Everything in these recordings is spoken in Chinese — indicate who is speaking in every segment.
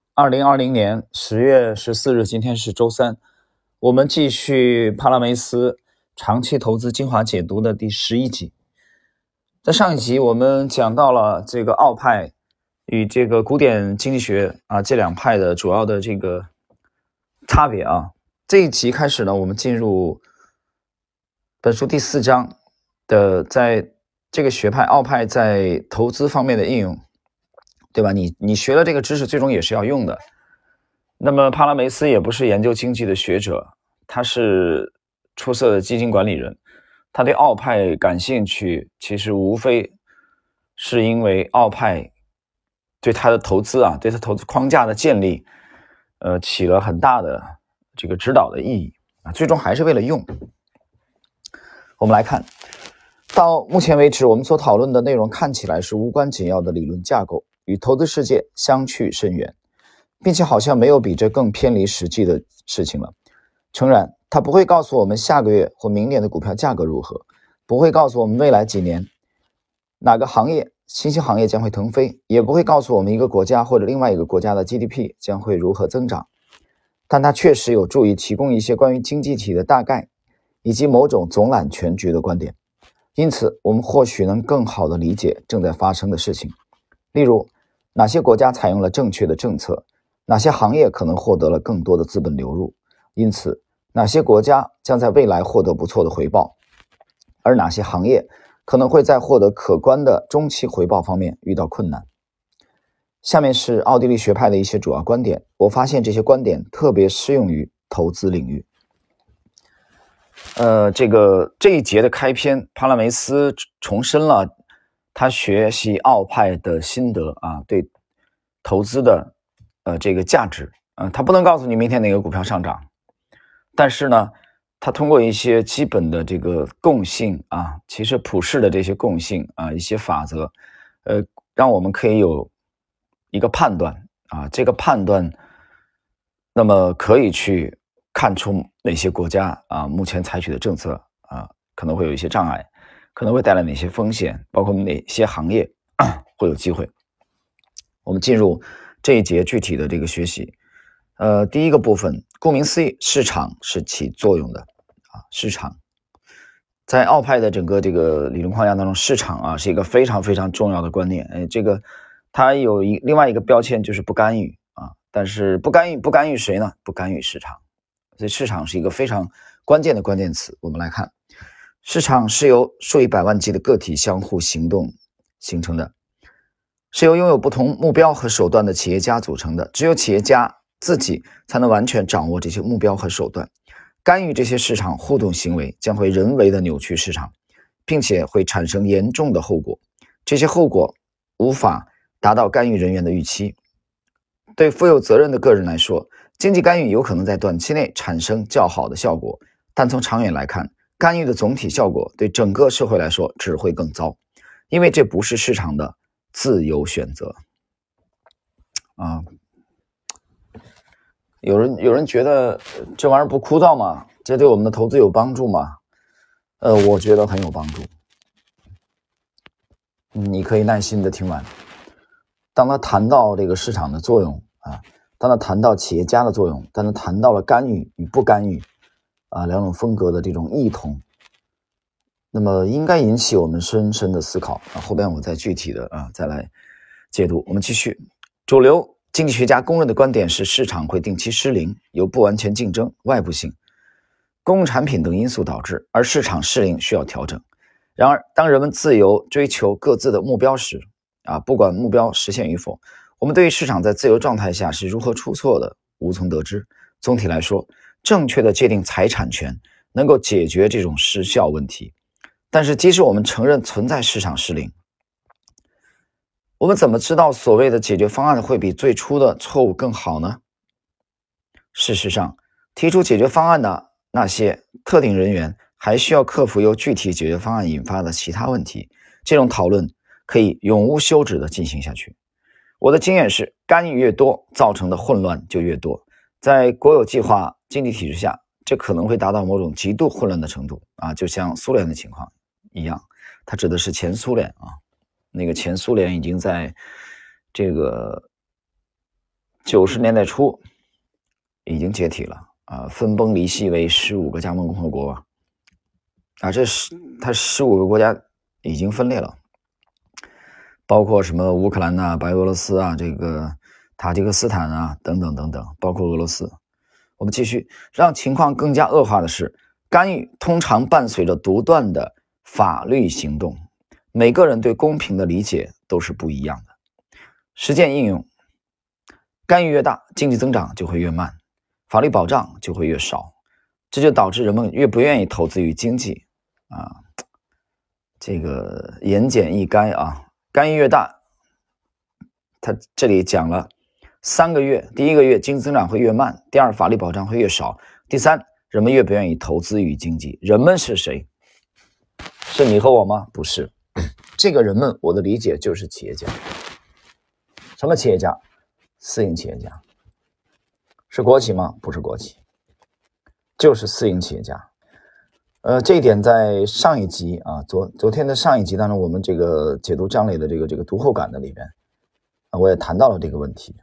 Speaker 1: 2020年10月14日，今天是周三，我们继续帕拉梅斯长期投资精华解读的第11集。在上一集我们讲到了这个奥派与这个古典经济学这两派的主要的这个差别啊。这一集开始呢，我们进入本书第4章的在这个学派奥派在投资方面的应用。对吧？你学了这个知识，最终也是要用的。那么帕拉梅斯也不是研究经济的学者，他是出色的基金管理人。他对奥派感兴趣，其实无非是因为奥派对他的投资对他投资框架的建立，起了很大的这个指导的意义最终还是为了用。我们来看，到目前为止，我们所讨论的内容看起来是无关紧要的理论架构。与投资世界相去甚远，并且好像没有比这更偏离实际的事情了。诚然，它不会告诉我们下个月或明年的股票价格如何，不会告诉我们未来几年哪个行业新兴行业将会腾飞，也不会告诉我们一个国家或者另外一个国家的 GDP 将会如何增长。但它确实有助于提供一些关于经济体的大概以及某种总揽全局的观点，因此我们或许能更好地理解正在发生的事情。例如，哪些国家采用了正确的政策，哪些行业可能获得了更多的资本流入，因此哪些国家将在未来获得不错的回报，而哪些行业可能会在获得可观的中期回报方面遇到困难。下面是奥地利学派的一些主要观点，我发现这些观点特别适用于投资领域。这一节的开篇，帕拉梅斯重申了他学习奥派的心得对投资的这个价值他不能告诉你明天哪个股票上涨，但是呢，他通过一些基本的这个共性其实普世的这些共性一些法则让我们可以有一个判断这个判断那么可以去看出哪些国家目前采取的政策可能会有一些障碍，可能会带来哪些风险，包括哪些行业会有机会。我们进入这一节具体的这个学习。第一个部分，顾名思义，市场是起作用的市场在奥派的整个这个理论框架当中，市场是一个非常非常重要的观念。这个它有另外一个标签，就是不干预但是不干预谁呢？不干预市场。所以市场是一个非常关键的关键词。我们来看，市场是由数以百万计的个体相互行动形成的，是由拥有不同目标和手段的企业家组成的。只有企业家自己才能完全掌握这些目标和手段。干预这些市场互动行为将会人为的扭曲市场，并且会产生严重的后果。这些后果无法达到干预人员的预期。对负有责任的个人来说，经济干预有可能在短期内产生较好的效果，但从长远来看，干预的总体效果对整个社会来说只会更糟，因为这不是市场的自由选择有人觉得这玩意儿不枯燥吗？这对我们的投资有帮助吗？我觉得很有帮助。你可以耐心的听完。当他谈到这个市场的作用当他谈到企业家的作用，当他谈到了干预与不干预两种风格的这种异同，那么应该引起我们深深的思考后边我再具体的再来解读。我们继续。主流经济学家公认的观点是，市场会定期失灵，由不完全竞争、外部性、公共产品等因素导致，而市场失灵需要调整。然而，当人们自由追求各自的目标时不管目标实现与否，我们对于市场在自由状态下是如何出错的无从得知。总体来说，正确的界定财产权能够解决这种失效问题。但是即使我们承认存在市场失灵，我们怎么知道所谓的解决方案会比最初的错误更好呢？事实上，提出解决方案的那些特定人员还需要克服由具体解决方案引发的其他问题。这种讨论可以永无休止地进行下去。我的经验是，干预越多，造成的混乱就越多。在国有计划经济体制下，这可能会达到某种极度混乱的程度就像苏联的情况一样。它指的是前苏联那个前苏联已经在这个 90年代初已经解体了啊，分崩离析为15个加盟共和国吧。这是它15个国家已经分裂了，包括什么乌克兰啊、白俄罗斯啊、这个塔吉克斯坦啊等等等等，包括俄罗斯。我们继续，让情况更加恶化的是，干预通常伴随着独断的法律行动，每个人对公平的理解都是不一样的。实践应用，干预越大，经济增长就会越慢，法律保障就会越少，这就导致人们越不愿意投资于经济啊。这个言简意赅啊，干预越大，他这里讲了3个月，第一个月经济增长会越慢，第二法律保障会越少，第三人们越不愿意投资于经济。人们是谁？是你和我吗？不是，这个人们我的理解就是企业家。什么企业家？私营企业家。是国企吗？不是国企，就是私营企业家。这一点在上一集啊，昨天的上一集当中，我们这个解读张磊的这个读后感的里边我也谈到了这个问题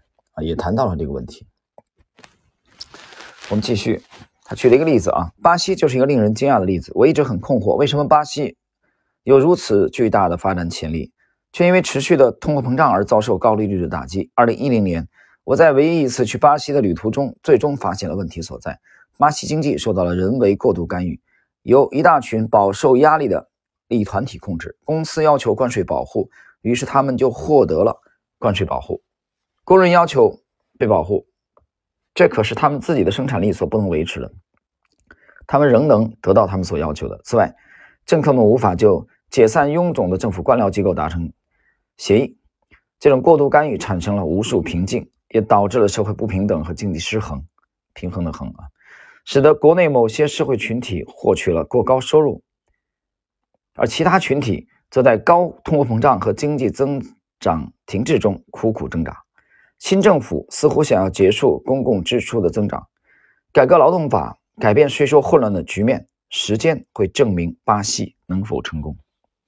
Speaker 1: 我们继续，他举了一个例子啊，巴西就是一个令人惊讶的例子。我一直很困惑，为什么巴西有如此巨大的发展潜力，却因为持续的通货膨胀而遭受高利率的打击。2010年，我在唯一一次去巴西的旅途中，最终发现了问题所在。巴西经济受到了人为过度干预，由一大群饱受压力的利益团体控制，公司要求关税保护，于是他们就获得了关税保护，工人要求被保护，这可是他们自己的生产力所不能维持的，他们仍能得到他们所要求的。此外，政客们无法就解散臃肿的政府官僚机构达成协议，这种过度干预产生了无数瓶颈，也导致了社会不平等和经济失衡，平衡的衡啊，使得国内某些社会群体获取了过高收入，而其他群体则在高通货膨胀和经济增长停滞中苦苦挣扎。新政府似乎想要结束公共支出的增长，改革劳动法，改变税收混乱的局面，时间会证明巴西能否成功。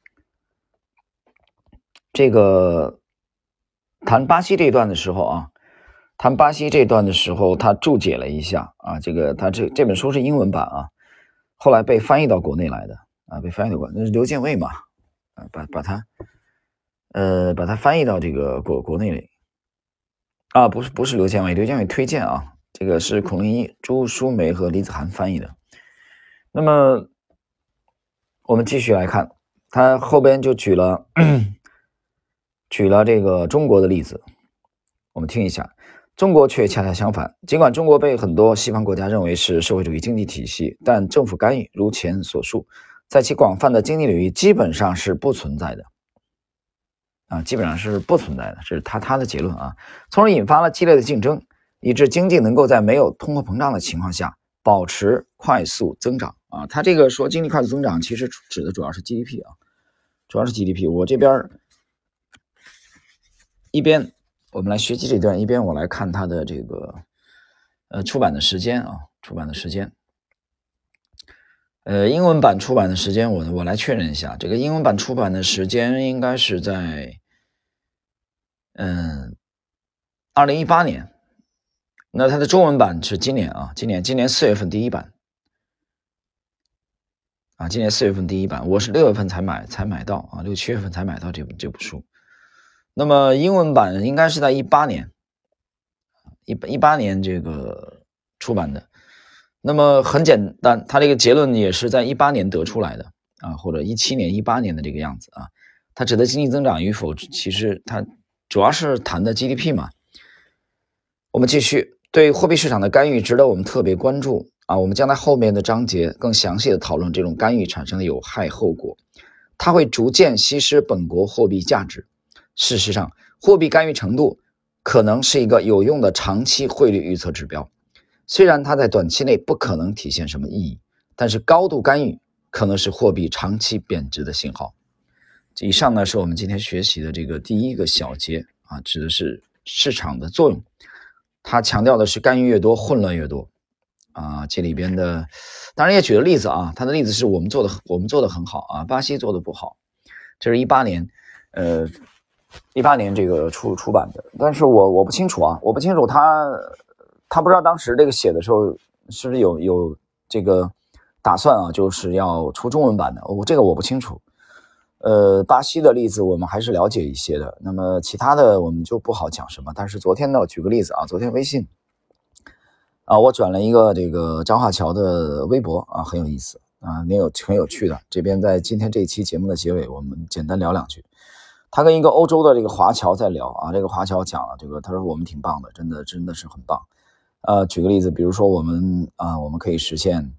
Speaker 1: 这个谈巴西这一段的时候他注解了一下啊，他这本书是英文版啊，后来被翻译到国内来的啊，被翻译到国内，那是刘建卫嘛，把它翻译到这个国内里啊，不是刘建卫推荐啊，这个是孔令一、朱淑梅和李子涵翻译的。那么我们继续来看，他后边就举了这个中国的例子，我们听一下。中国却恰恰相反，尽管中国被很多西方国家认为是社会主义经济体系，但政府干预如前所述，在其广泛的经济领域基本上是不存在的啊，基本上是不存在的，这是他的结论啊，从而引发了激烈的竞争，以致经济能够在没有通货膨胀的情况下保持快速增长啊。他这个说经济快速增长，其实指的主要是 GDP 啊，主要是 GDP。我这边一边我们来学习这段，一边我来看他的这个出版的时间啊，英文版出版的时间我来确认一下，这个英文版出版的时间应该是在2018年，那它的中文版是今年4月份第一版啊，今年4月份第一版，我是6月份才买到啊，6、7月份才买到这部书。那么英文版应该是在18年这个出版的。那么很简单，他这个结论也是在18年得出来的啊，或者17年、18年的这个样子啊。他指的经济增长与否，其实他主要是谈的 GDP 嘛。我们继续，对货币市场的干预值得我们特别关注啊。我们将在后面的章节更详细的讨论这种干预产生的有害后果。它会逐渐稀释本国货币价值。事实上，货币干预程度可能是一个有用的长期汇率预测指标，虽然它在短期内不可能体现什么意义，但是高度干预可能是货币长期贬值的信号。以上呢是我们今天学习的这个第一个小节啊，指的是市场的作用。它强调的是干预越多，混乱越多啊。这里边的当然也举了例子啊，他的例子是我们做的很好啊，巴西做的不好。这是18年 18年这个出版的，但是我不清楚啊，我不清楚他不知道当时这个写的时候是不是有这个打算啊，就是要出中文版的，这个我不清楚。巴西的例子我们还是了解一些的，那么其他的我们就不好讲什么。但是昨天呢，我举个例子啊，昨天微信啊，我转了一个这个张华侨的微博啊，很有意思啊，很有趣的。这边在今天这一期节目的结尾，我们简单聊两句。他跟一个欧洲的这个华侨在聊啊，这个华侨讲了这个，他说我们挺棒的，真的是很棒。举个例子，比如说我们可以实现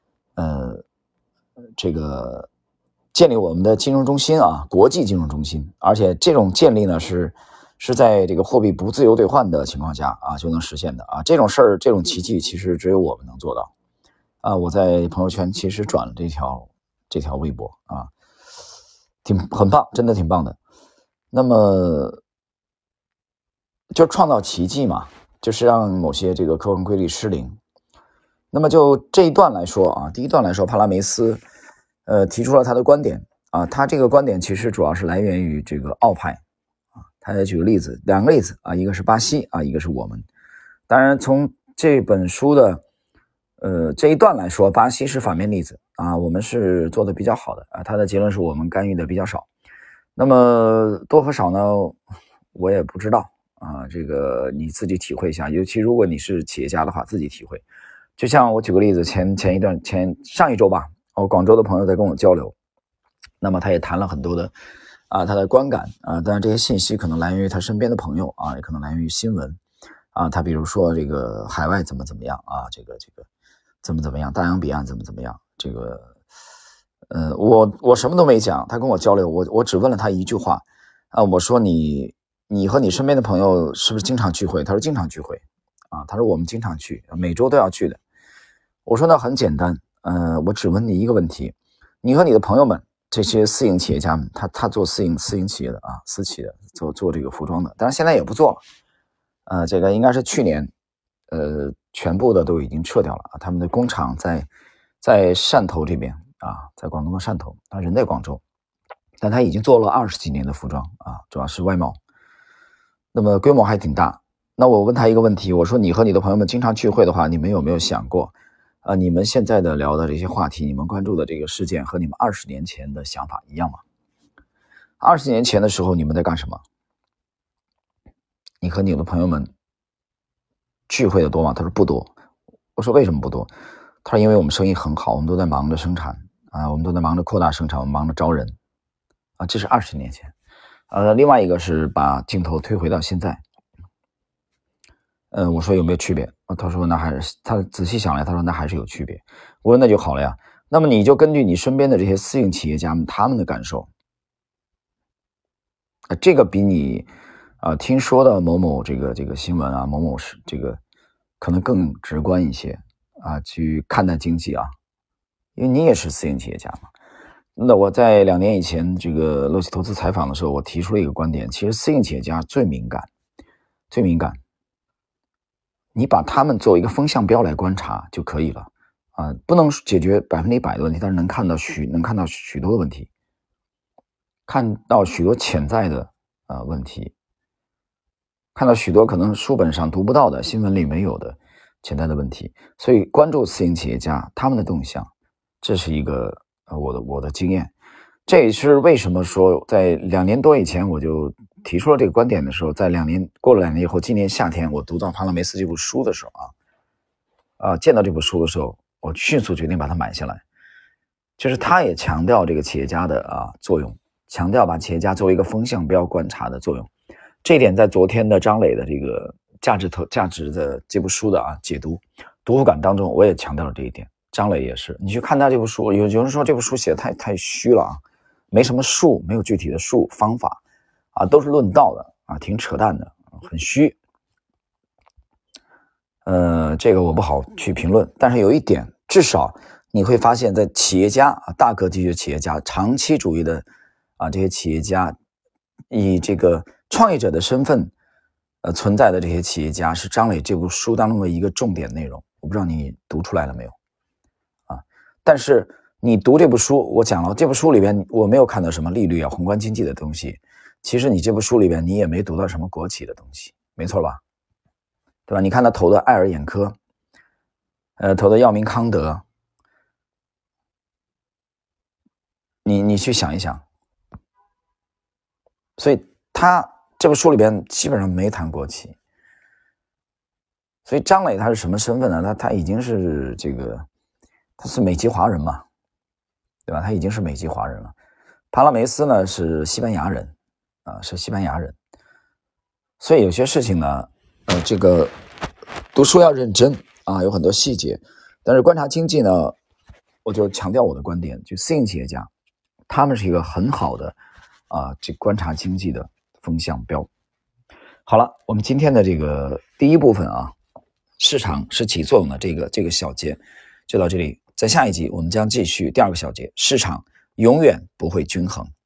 Speaker 1: 这个建立我们的金融中心啊，国际金融中心，而且这种建立呢是在这个货币不自由兑换的情况下啊就能实现的啊，这种事儿这种奇迹其实只有我们能做到啊。我在朋友圈其实转了这条微博啊，很棒，真的挺棒的。那么就创造奇迹嘛，就是让某些这个客观规律失灵。那么就这一段来说啊，第一段来说，帕拉梅斯提出了他的观点啊，他这个观点其实主要是来源于这个奥派啊。他也举个例子，两个例子啊，一个是巴西啊，一个是我们。当然从这本书的这一段来说，巴西是反面例子啊，我们是做的比较好的啊，他的结论是我们干预的比较少。那么多和少呢，我也不知道啊，这个你自己体会一下，尤其如果你是企业家的话，自己体会。就像我举个例子，上一周吧，广州的朋友在跟我交流，那么他也谈了很多的他的观感啊，当然这些信息可能来源于他身边的朋友啊，也可能来源于新闻啊，他比如说这个海外怎么样啊，这个怎么样，大洋彼岸怎么样，这个我什么都没讲，他跟我交流，我只问了他一句话啊，我说你和你身边的朋友是不是经常聚会？他说经常聚会啊，他说我们经常去，每周都要去的。我说那很简单，我只问你一个问题，你和你的朋友们这些私营企业家们，他做私营企业的啊，私企的做这个服装的，当然现在也不做了，这个应该是去年，全部的都已经撤掉了啊，他们的工厂在汕头这边啊，在广东的汕头，他人在广州，但他已经做了20几年的服装啊，主要是外贸，那么规模还挺大。那我问他一个问题，我说你和你的朋友们经常聚会的话，你们有没有想过你们现在的聊的这些话题，你们关注的这个事件和你们20年前的想法一样吗？20年前的时候你们在干什么？你和你的朋友们聚会的多吗？他说不多。我说为什么不多？他说因为我们生意很好，我们都在忙着生产啊，我们都在忙着扩大生产，我们忙着招人啊，这是20年前。另外一个是把镜头推回到现在。我说有没有区别？他说他仔细想来，他说那还是有区别。我说那就好了呀。那么你就根据你身边的这些私营企业家们他们的感受，这个比你听说的某某这个新闻啊，某某是这个可能更直观一些啊，去看待经济啊，因为你也是私营企业家嘛。那我在2年以前这个乐奇投资采访的时候，我提出了一个观点，其实私营企业家最敏感。你把他们作为一个风向标来观察就可以了啊，不能解决100%的问题，但是能看到许多的问题，看到许多潜在的问题，看到许多可能书本上读不到的、新闻里没有的潜在的问题。所以关注私营企业家他们的动向，这是一个我的经验。这也是为什么说在2年多以前我就提出了这个观点的时候，过了2年以后，今年夏天我读到帕拉梅斯这部书的时候见到这部书的时候，我迅速决定把它买下来。就是他也强调这个企业家的作用，强调把企业家作为一个风向标观察的作用。这一点在昨天的张磊的这个价值的这部书的读后感当中，我也强调了这一点。张磊也是，你去看他这部书，有人说这部书写的太虚了啊，没什么术，没有具体的术方法都是论道的挺扯淡的，很虚。这个我不好去评论，但是有一点，至少你会发现在企业家大格局的企业家，长期主义的这些企业家，以这个创业者的身份存在的这些企业家，是张磊这部书当中的一个重点内容。我不知道你读出来了没有但是你读这部书，我讲了这部书里边我没有看到什么利率宏观经济的东西， 其实你这部书里边你也没读到什么国企的东西，没错吧？对吧？你看他投的爱尔眼科，投的药明康德，你去想一想，所以他这部书里边基本上没谈国企。所以张磊他是什么身份呢？他已经是他是美籍华人嘛，对吧？他已经是美籍华人了。帕拉梅斯呢是西班牙人是西班牙人。所以有些事情呢，读书要认真有很多细节。但是观察经济呢，我就强调我的观点，就私营企业家，他们是一个很好的这观察经济的风向标。好了，我们今天的这个第一部分市场是起作用的这个小节就到这里。在下一集我们将继续第二个小节，市场永远不会均衡。